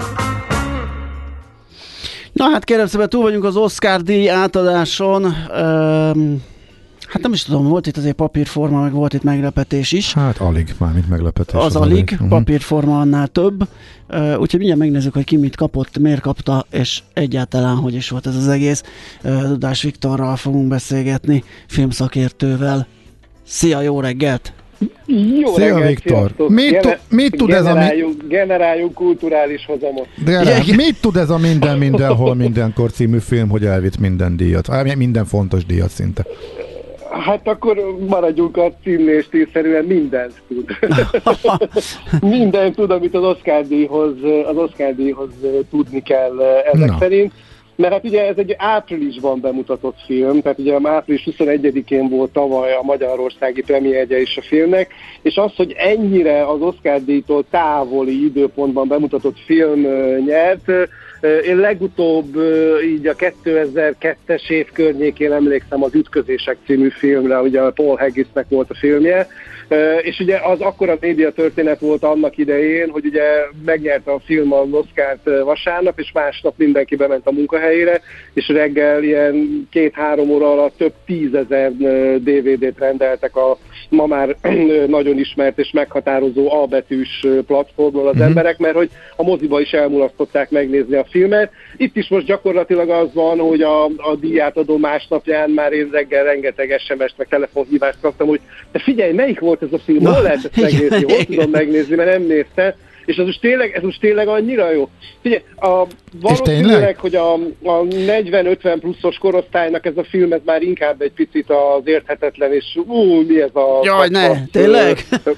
Na hát kérem szépen, túl vagyunk az Oscar-díj átadáson. Um... Hát nem is tudom, volt itt azért papírforma, meg volt itt meglepetés is. Hát alig, mármint meglepetés. Az, az alig, alig. Papírforma annál több. Uh, úgyhogy mindjárt megnézzük, hogy ki mit kapott, miért kapta, és egyáltalán hogy is volt ez az egész. Uh, Dudás Viktorral fogunk beszélgetni, filmszakértővel. Szia, jó reggelt! Jó Szia, reggelt, Viktor! Mit, Gener- mit tud ez a... Mi- generáljunk kulturális hozamot. De mit tud ez a Minden mindenhol mindenkor című film, hogy elvitt minden díjat? Minden fontos díjat szinte. Hát akkor maradjunk a címléstészerűen, mindent tud. Mindent tud, amit az Oscar-díjhoz, az Oscar-díjhoz tudni kell ezek Na. szerint. Mert hát ugye ez egy áprilisban bemutatott film, tehát ugye április huszonegyedikén volt tavaly a magyarországi premierje is a filmnek, és az, hogy ennyire az Oscar-díjtól távoli időpontban bemutatott film nyert, én legutóbb így a kétezer-kettes év környékén emlékszem az Ütközések című filmre, ugye a Paul Haggisnek volt a filmje, és ugye az akkora média történet volt annak idején, hogy ugye megnyerte a film az Oscart vasárnap, és másnap mindenki bement a munkahelyére, és reggel ilyen két-három óra alatt több tízezer dé vé dét rendeltek a ma már nagyon ismert és meghatározó A betűs platformon az mm-hmm. emberek, mert hogy a moziba is elmulasztották megnézni a filmet. Itt is most gyakorlatilag az van, hogy a, a díjátadó másnapján már én reggel rengeteg es em es-t meg telefonhívást kaptam, hogy de figyelj, melyik volt ez a film? Hol lehet ezt megnézni? Hol tudom megnézni, mert nem nézte. És ez most tényleg, ez most tényleg annyira jó. Figyelj, a, valószínűleg, hogy a, a negyven-ötven pluszos korosztálynak ez a film ez már inkább egy picit az érthetetlen, és ú, mi ez a... Jaj, ne, tényleg?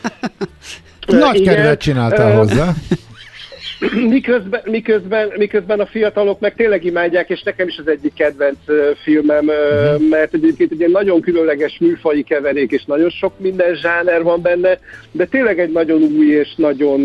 Nagy kedvet csináltál hozzá. Miközben, miközben, miközben a fiatalok meg tényleg imádják, és nekem is az egyik kedvenc filmem, uh-huh. mert egyébként egy nagyon különleges műfaji keverék, és nagyon sok minden zsáner van benne, de tényleg egy nagyon új és nagyon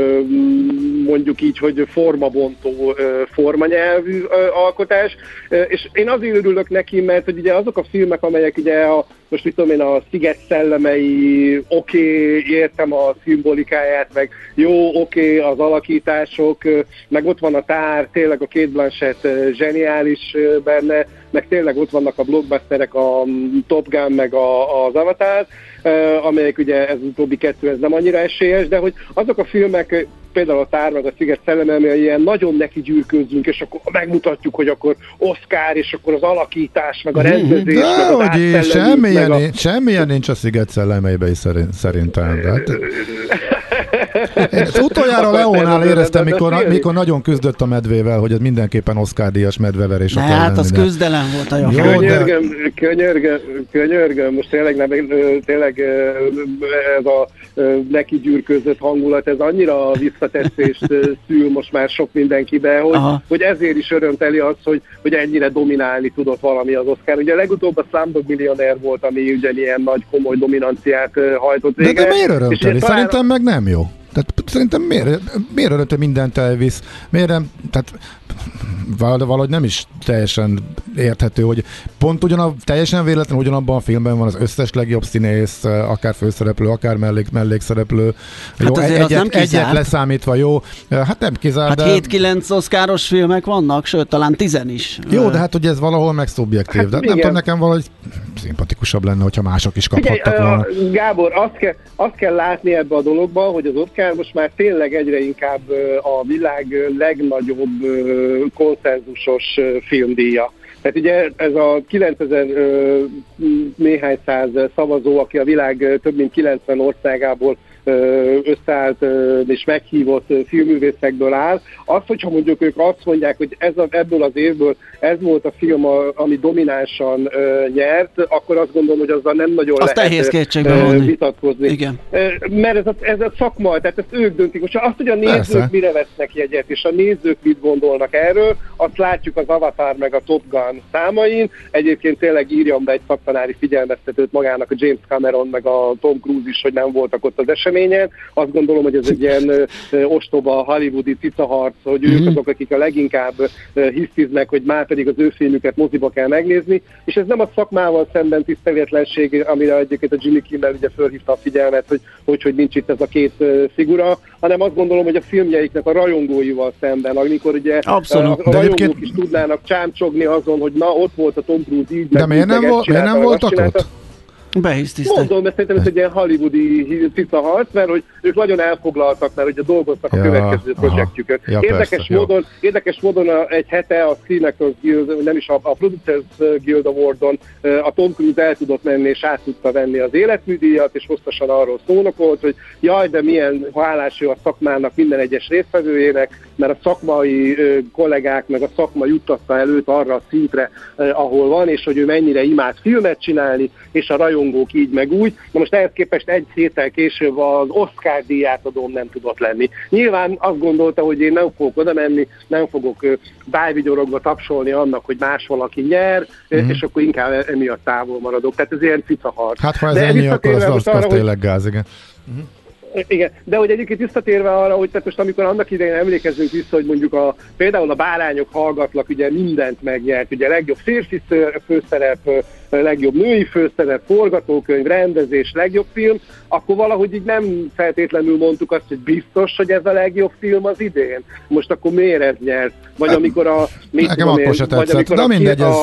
mondjuk így, hogy formabontó formanyelvű alkotás, és én azért örülök neki, mert hogy ugye azok a filmek, amelyek ugye a most mit tudom én, a Sziget szellemei, oké, okay, értem a szimbolikáját, meg jó, oké, okay, az alakítások, meg ott van a tár, tényleg a Kate Blanchett zseniális benne, meg tényleg ott vannak a blockbusterek, a Top Gun, meg a, az Avatar, amelyek ugye ez utóbbi kettő, ez nem annyira esélyes, de hogy azok a filmek, például a Tár, meg a Sziget szelleme, ami ilyen nagyon neki gyűrkőzzünk, és akkor megmutatjuk, hogy akkor Oscar, és akkor az alakítás, meg a rendezés, de meg az átszellemi, semmilyen, meg a... semmilyen nincs a Sziget szellemeiben szerint, szerintem. Én utoljára Leónál éreztem, mikor, mikor nagyon küzdött a medvével, hogy ez mindenképpen Oscar-díjas medveverés akar lenni. Hát az de... küzdelem volt a jó. jó könyörgöm, de... könyörgöm, könyörgöm, most tényleg, nem, tényleg ez a neki gyűrközött hangulat, ez annyira visszatetszést szül most már sok mindenkibe, hogy, hogy ezért is örömteli az, hogy, hogy ennyire dominálni tudott valami az Oscar. Ugye legutóbb a Slumdog Millionaire volt, ami ugyanilyen nagy komoly dominanciát hajtott végre. De, de miért örömteli? Szerintem meg nem jó. Tehát szerintem miért, miért örömteli mindent elvisz? Miért nem? Tehát valahogy nem is teljesen érthető, hogy pont ugyanab, teljesen véletlenül ugyanabban a filmben van az összes legjobb színész, akár főszereplő, akár mellék, mellékszereplő. Hát jó, egyet, nem egyet leszámítva, jó. Hát nem kizár, hát de... hét-kilenc oszkáros filmek vannak, sőt, talán tizen is. Jó, de hát ugye ez valahol meg szubjektív. Hát, de nem tudom, nekem valahogy szimpatikusabb lenne, hogyha mások is kaphattak Figyelj, volna. Gábor, azt kell, azt kell látni ebbe a dologba, hogy az Oscar most már tényleg egyre inkább a világ legnagyobb konszenzusos filmdíja. Tehát ugye ez a kilencezer néhány száz szavazó, aki a világ több mint kilencven országából összeállt és meghívott filmművészekből áll. Az, hogyha mondjuk ők azt mondják, hogy ez a, ebből az évből ez volt a film, ami dominánsan uh, nyert, akkor azt gondolom, hogy azzal nem nagyon azt lehet uh, vitatkozni. Igen. Uh, mert ez a, ez a szakma, tehát ezt ők döntik. Most azt, hogy a nézők Persze. mire vesznek jegyet, és a nézők mit gondolnak erről, azt látjuk az Avatar meg a Top Gun számain. Egyébként tényleg írjon be egy szaktanári figyelmeztetőt magának a James Cameron meg a Tom Cruise is, hogy nem voltak ott az eseményen. Azt gondolom, hogy ez egy ilyen uh, ostoba hollywoodi cicaharc, hogy mm-hmm. ők azok, akik a leginkább uh, hisztiznek, hogy már pedig az ő filmüket moziba kell megnézni, és ez nem a szakmával szemben tiszteletlenség, amire egyébként a Jimmy Kimmel ugye fölhívta a figyelmet, hogy, hogy, hogy nincs itt ez a két uh, figura, hanem azt gondolom, hogy a filmjeiknek a rajongóival szemben, amikor ugye Abszolút. a, a rajongók egyébként... is tudnának csámcsogni azon, hogy na, ott volt a Tom Cruise így, de miért nem, vo- miért nem voltak ott? Mondom, mert szerintem ez egy ilyen hollywoodi cicaharc, mert hogy ők nagyon elfoglaltak, mert ugye dolgoztak ja, a következő projektjükön. Ja, érdekes, persze, módon, érdekes módon a, egy hete a Screenactors Guild, nem is a, a Producers Guild Awardon a Tom Cruise el tudott menni és át tudta venni az életműdíjat, és hosszasan arról szónokolt, hogy jaj, de milyen hálás ő a szakmának minden egyes résztvevőjének, mert a szakmai kollégák meg a szakma juttatta előtt arra a szintre, ahol van, és hogy ő mennyire imád filmet csinálni, és a rajongók így meg úgy. Na most ehhez képest egy héttel később az Oscar díját adóm nem tudott lenni. Nyilván azt gondolta, hogy én nem fogok oda menni, nem fogok bájvigyorogva tapsolni annak, hogy más valaki nyer, mm-hmm. és akkor inkább emiatt távol maradok. Tehát ez ilyen cicaharc. Hát ha ez ennyi, akkor az, az, az tényleg gáz, igen. Mm-hmm. Igen, de hogy egyébként visszatérve arra, hogy tehát most amikor annak idején emlékezünk vissza, hogy mondjuk a, például a Bárányok hallgatlak, ugye mindent megnyert, ugye legjobb férfi főszerep, legjobb női főszerep, forgatókönyv, rendezés, legjobb film, akkor valahogy így nem feltétlenül mondtuk azt, hogy biztos, hogy ez a legjobb film az idén. Most akkor miért ez nyert? Vagy amikor a... Nekem akkor se tetszett, de mindegy ez...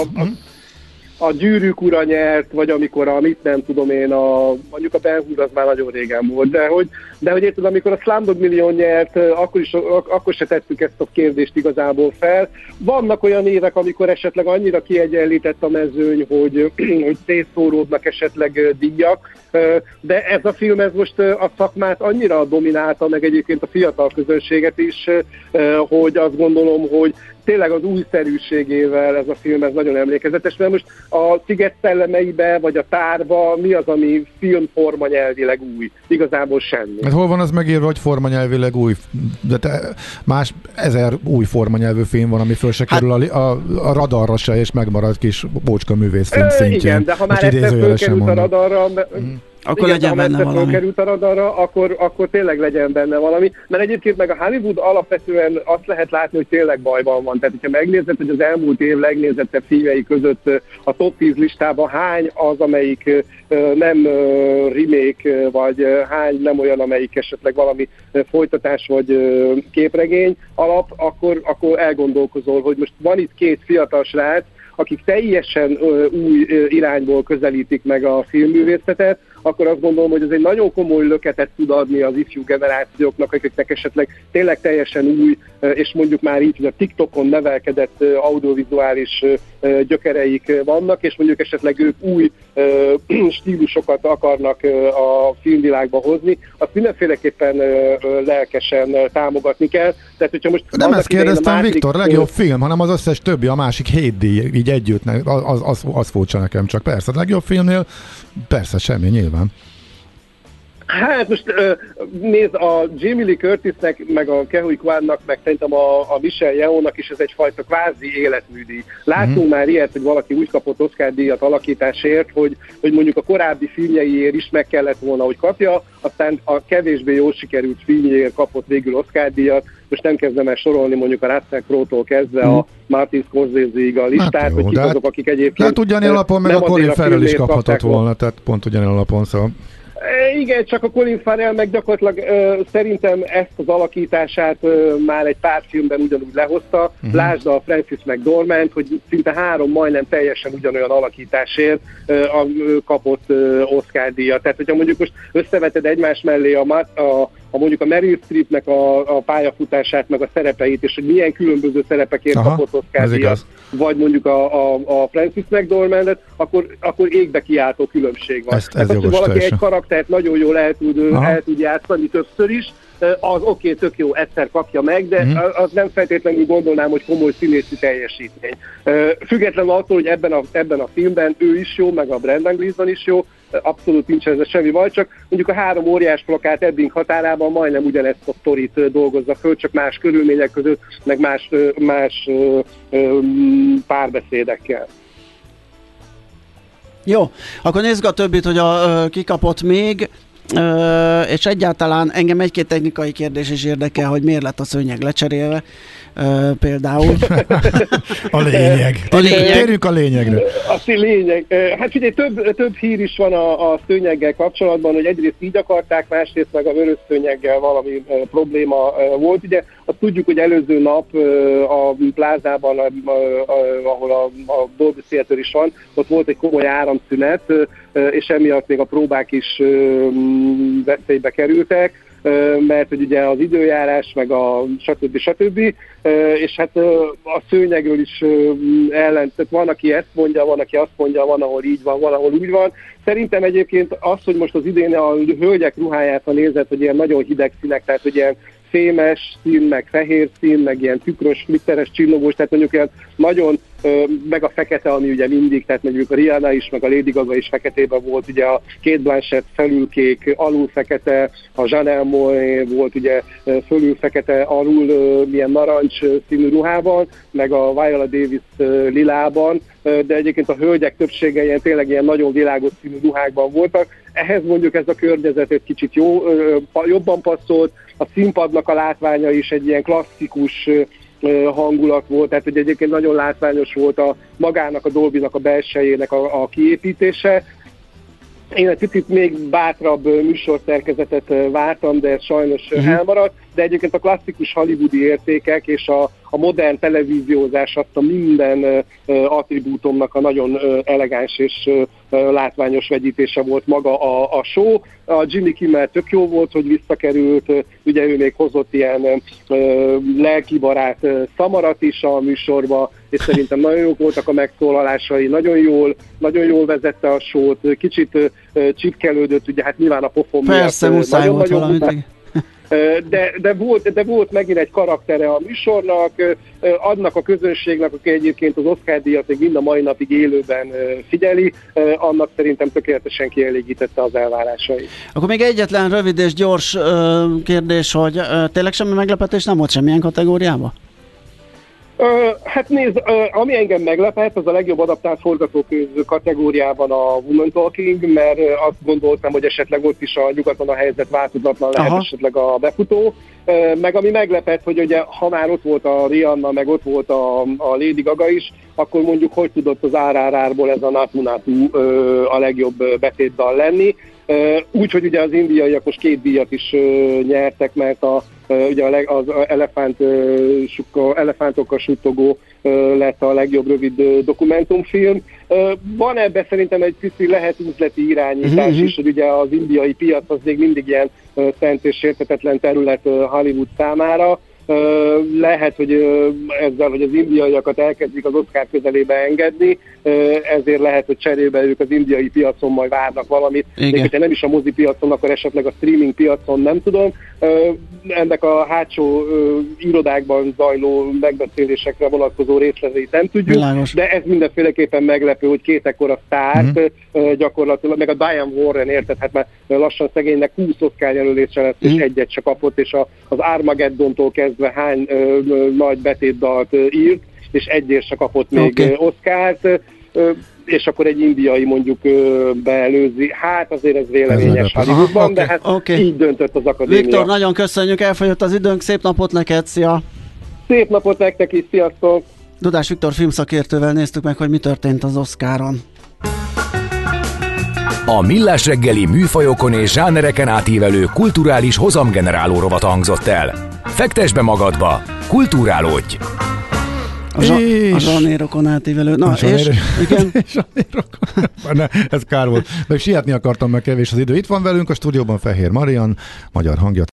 a Gyűrűk ura nyert, vagy amikor a mit nem tudom én, a, mondjuk a Ben Hur az már nagyon régen volt, de hogy, de hogy érted, amikor a Slumdog Million nyert, akkor, is, akkor se tettük ezt a kérdést igazából fel. Vannak olyan évek, amikor esetleg annyira kiegyenlített a mezőny, hogy, hogy szétszóródnak esetleg díjak, de ez a film ez most a szakmát annyira dominálta, meg egyébként a fiatal közönséget is, hogy azt gondolom, hogy tényleg az újszerűségével ez a film ez nagyon emlékezetes, mert most a Sziget szellemeibe, vagy a Tárba mi az, ami filmforma nyelvileg új? Igazából semmi. Hát hol van az megírva, hogy formanyelvileg új? De te, más ezer új formanyelvű film van, ami föl se kerül hát, a, a, a radarra se, és megmarad kis bócska művészfilm szintjén. Igen, de ha már egyszer fölkerült a radarra... Mm. Akkor igen, legyen benne valami. Került a radarra, akkor, akkor tényleg legyen benne valami. Mert egyébként meg a Hollywood alapvetően azt lehet látni, hogy tényleg bajban van. Tehát, hogyha megnézed, hogy az elmúlt év legnézettebb filmjei között a top tíz listában hány az, amelyik nem remake, vagy hány nem olyan, amelyik esetleg valami folytatás, vagy képregény alap, akkor, akkor elgondolkozol, hogy most van itt két fiatal srác, akik teljesen ö, új ö, irányból közelítik meg a filmművészetet, akkor azt gondolom, hogy ez egy nagyon komoly löketet tud adni az ifjú generációknak, akiknek esetleg tényleg teljesen új, ö, és mondjuk már így, hogy a TikTokon nevelkedett ö, audiovizuális ö, gyökereik vannak, és mondjuk esetleg ők új stílusokat akarnak a filmvilágba hozni, azt mindenféleképpen lelkesen támogatni kell. Tehát, hogyha most nem ezt kérdeztem, Matrix, Viktor, legjobb film, hanem az összes többi, a másik hét díj, így együtt, az, az, az furcsa nekem csak. Persze, a legjobb filmnél persze semmi, nyilván. Hát most nézd, a Jamie Lee Curtisnek, meg a Ke-Huy Kwannak, meg szerintem a, a Michelle Yeohnak is ez egyfajta kvázi életműdíj. Látunk mm-hmm. már ilyet, hogy valaki úgy kapott Oscar-díjat alakításért, hogy, hogy mondjuk a korábbi filmjeiért is meg kellett volna, hogy kapja, aztán a kevésbé jól sikerült filmjéért kapott végül Oscar-díjat. Most nem kezdem el sorolni mondjuk a Russell Crowe-tól kezdve mm. a Martin Scorsese-ig a listát, hát jó, hogy kik azok, hát, akik egyébként... Hát ugyanilyen alapon meg a Colin Farrell is kaphatott volna, tehát pont ugyanilyen alapon, szóval... Igen, csak a Colin Farrell meg gyakorlatilag ö, szerintem ezt az alakítását ö, már egy pár filmben ugyanúgy lehozta. Uh-huh. Lásd a Frances McDormand, hogy szinte három majdnem teljesen ugyanolyan alakításért ö, a, ö, kapott ö, Oscar-díjat. Tehát, hogyha mondjuk most összeveted egymás mellé a, a, a mondjuk a Meryl Streepnek a, a pályafutását, meg a szerepeit, és hogy milyen különböző szerepekért Aha, kapott Oscar-díjat, vagy mondjuk a, a, a Frances McDormandet, akkor, akkor égbe kiáltó különbség van. Ezt, ez hát, hogy valaki teljesen. Egy karaktert nagyon jól el tud, el tud játszani többször is, az oké, okay, tök jó, egyszer kapja meg, de uh-huh. az nem feltétlenül gondolnám, hogy komoly színészi teljesítmény. Függetlenül attól, hogy ebben a, ebben a filmben ő is jó, meg a Brendan Gleeson is jó, abszolút nincs ezzel semmi baj, csak mondjuk a három óriás plakát Ebbing határában majdnem ugyanezt a sztorit dolgozza föl, csak más körülmények között, meg más, más párbeszédekkel. Jó, akkor nézzük a többit, hogy a, ki kapott még. Uh, és egyáltalán engem egy-két technikai kérdés is érdekel, hogy miért lett a szőnyeg lecserélve, uh, például. A lényeg. A lényeg. Térjünk a lényegre. A lényeg. Hát figyelj, több, több hír is van a, a szőnyeggel kapcsolatban, hogy egyrészt így akarták, másrészt meg a vörös szőnyeggel valami uh, probléma uh, volt. Ugye azt tudjuk, hogy előző nap uh, a plázában, uh, uh, ahol a, a Dolby Theater is van, ott volt egy komoly áramszünet, uh, és emiatt még a próbák is veszélybe kerültek, mert hogy ugye az időjárás, meg a stb. stb. És hát a szőnyegről is ellen, tehát van, aki ezt mondja, van, aki azt mondja, van, ahol így van, van, ahol úgy van. Szerintem egyébként az, hogy most az idén a hölgyek ruháját, ha nézed, hogy ilyen nagyon hideg színek, tehát hogy ilyen fémes szín, meg fehér szín, meg ilyen tükrös, glitteres, csillogós, tehát mondjuk ilyen nagyon, meg a fekete, ami ugye mindig, tehát mondjuk a Rihanna is, meg a Lady Gaga is feketében volt, ugye a Kate Blanchett felül kék, alul fekete, a Janelle Monáe volt ugye fölül fekete, alul milyen narancs színű ruhában, meg a Viola Davis lilában, de egyébként a hölgyek többsége ilyen, tényleg ilyen nagyon világos színű ruhákban voltak. Ehhez mondjuk ez a környezet egy kicsit jó, jobban passzolt, a színpadnak a látványa is egy ilyen klasszikus hangulat volt, tehát hogy egyébként nagyon látványos volt a magának, a Dolbynak a belsejének a, a kiépítése. Én egy picit még bátrabb műsorszerkezetet vártam, de ez sajnos uh-huh. elmaradt, de egyébként a klasszikus hollywoodi értékek és a, a modern televíziózás adta minden uh, attribútumnak a nagyon uh, elegáns és uh, látványos vegyítése volt maga a, a show. A Jimmy Kimmel tök jó volt, hogy visszakerült, uh, ugye ő még hozott ilyen uh, lelkibarát uh, szamarat is a műsorba, és szerintem nagyon jók voltak a megszólalásai, nagyon jól, nagyon jól vezette a show-t, kicsit uh, csipkelődött, ugye hát nyilván a pofon miatt. Persze, muszáj volt valamit. De, de, volt, de volt megint egy karaktere a műsornak, annak a közönségnek, aki egyébként az Oscar-díjat még mind a mai napig élőben figyeli, annak szerintem tökéletesen kielégítette az elvárásait. Akkor még egyetlen rövid és gyors kérdés, hogy tényleg semmi meglepetés nem volt semmilyen kategóriában? Uh, hát nézd, uh, ami engem meglepett, az a legjobb adaptált forgatókönyv kategóriában a Woman Talking, mert uh, azt gondoltam, hogy esetleg ott is a nyugaton a helyzet változatlan lehet, Aha. esetleg a befutó. Uh, meg ami meglepett, hogy ugye, ha már ott volt a Rihanna, meg ott volt a, a Lady Gaga is, akkor mondjuk hogy tudott az er er er-ból ez a Natu Natu uh, a legjobb betétdal lenni. Uh, Úgyhogy ugye az indiaiak most két díjat is uh, nyertek, mert a, uh, ugye a leg, az elefánt, uh, sukka, elefántokkal suttogó uh, lett a legjobb rövid uh, dokumentumfilm. Uh, van ebben szerintem egy pici lehet üzleti irányítás uh-huh. is, hogy ugye az indiai piac az még mindig ilyen uh, szent és sérthetetlen terület uh, Hollywood számára. Lehet, hogy ezzel, hogy az indiaiakat elkezdik az Oscar közelébe engedni, ezért lehet, hogy cserébe ők az indiai piacon majd várnak valamit. De hogyha nem is a mozi piacon, akkor esetleg a streaming piacon, nem tudom. Ennek a hátsó irodákban zajló megbeszélésekre vonatkozó részleteit nem tudjuk, Világos. De ez mindenféleképpen meglepő, hogy két ekkora sztárt mm. gyakorlatilag, meg a Diane Warren, érted, hát már lassan szegénynek húsz Oscar jelölése lesz, mm. és egyet se kapott, és a, az Armageddontól kezdve hány ö, ö, nagy betétdalt ö, írt, és egyért se kapott még okay. Oscart, ö, és akkor egy indiai mondjuk ö, beelőzi. Hát azért ez véleményes Hollywoodban, okay. de hát okay. így döntött az akadémia. Viktor, nagyon köszönjük, elfogyott az időnk, szép napot neked, szia! Szép napot nektek is, sziasztok! Dudás Viktor filmszakértővel néztük meg, hogy mi történt az Oscaron. A Millás reggeli műfajokon és zsánereken átívelő kulturális hozamgeneráló rovat hangzott el. Fektesd be magadba, kulturálódj! A, zsa- a zsanérokon átívelő. Na, a és? Igen? Ne, ez kár volt. Meg sietni akartam, meg kevés az idő. Itt van velünk a stúdióban Fehér Marian, magyar hangja.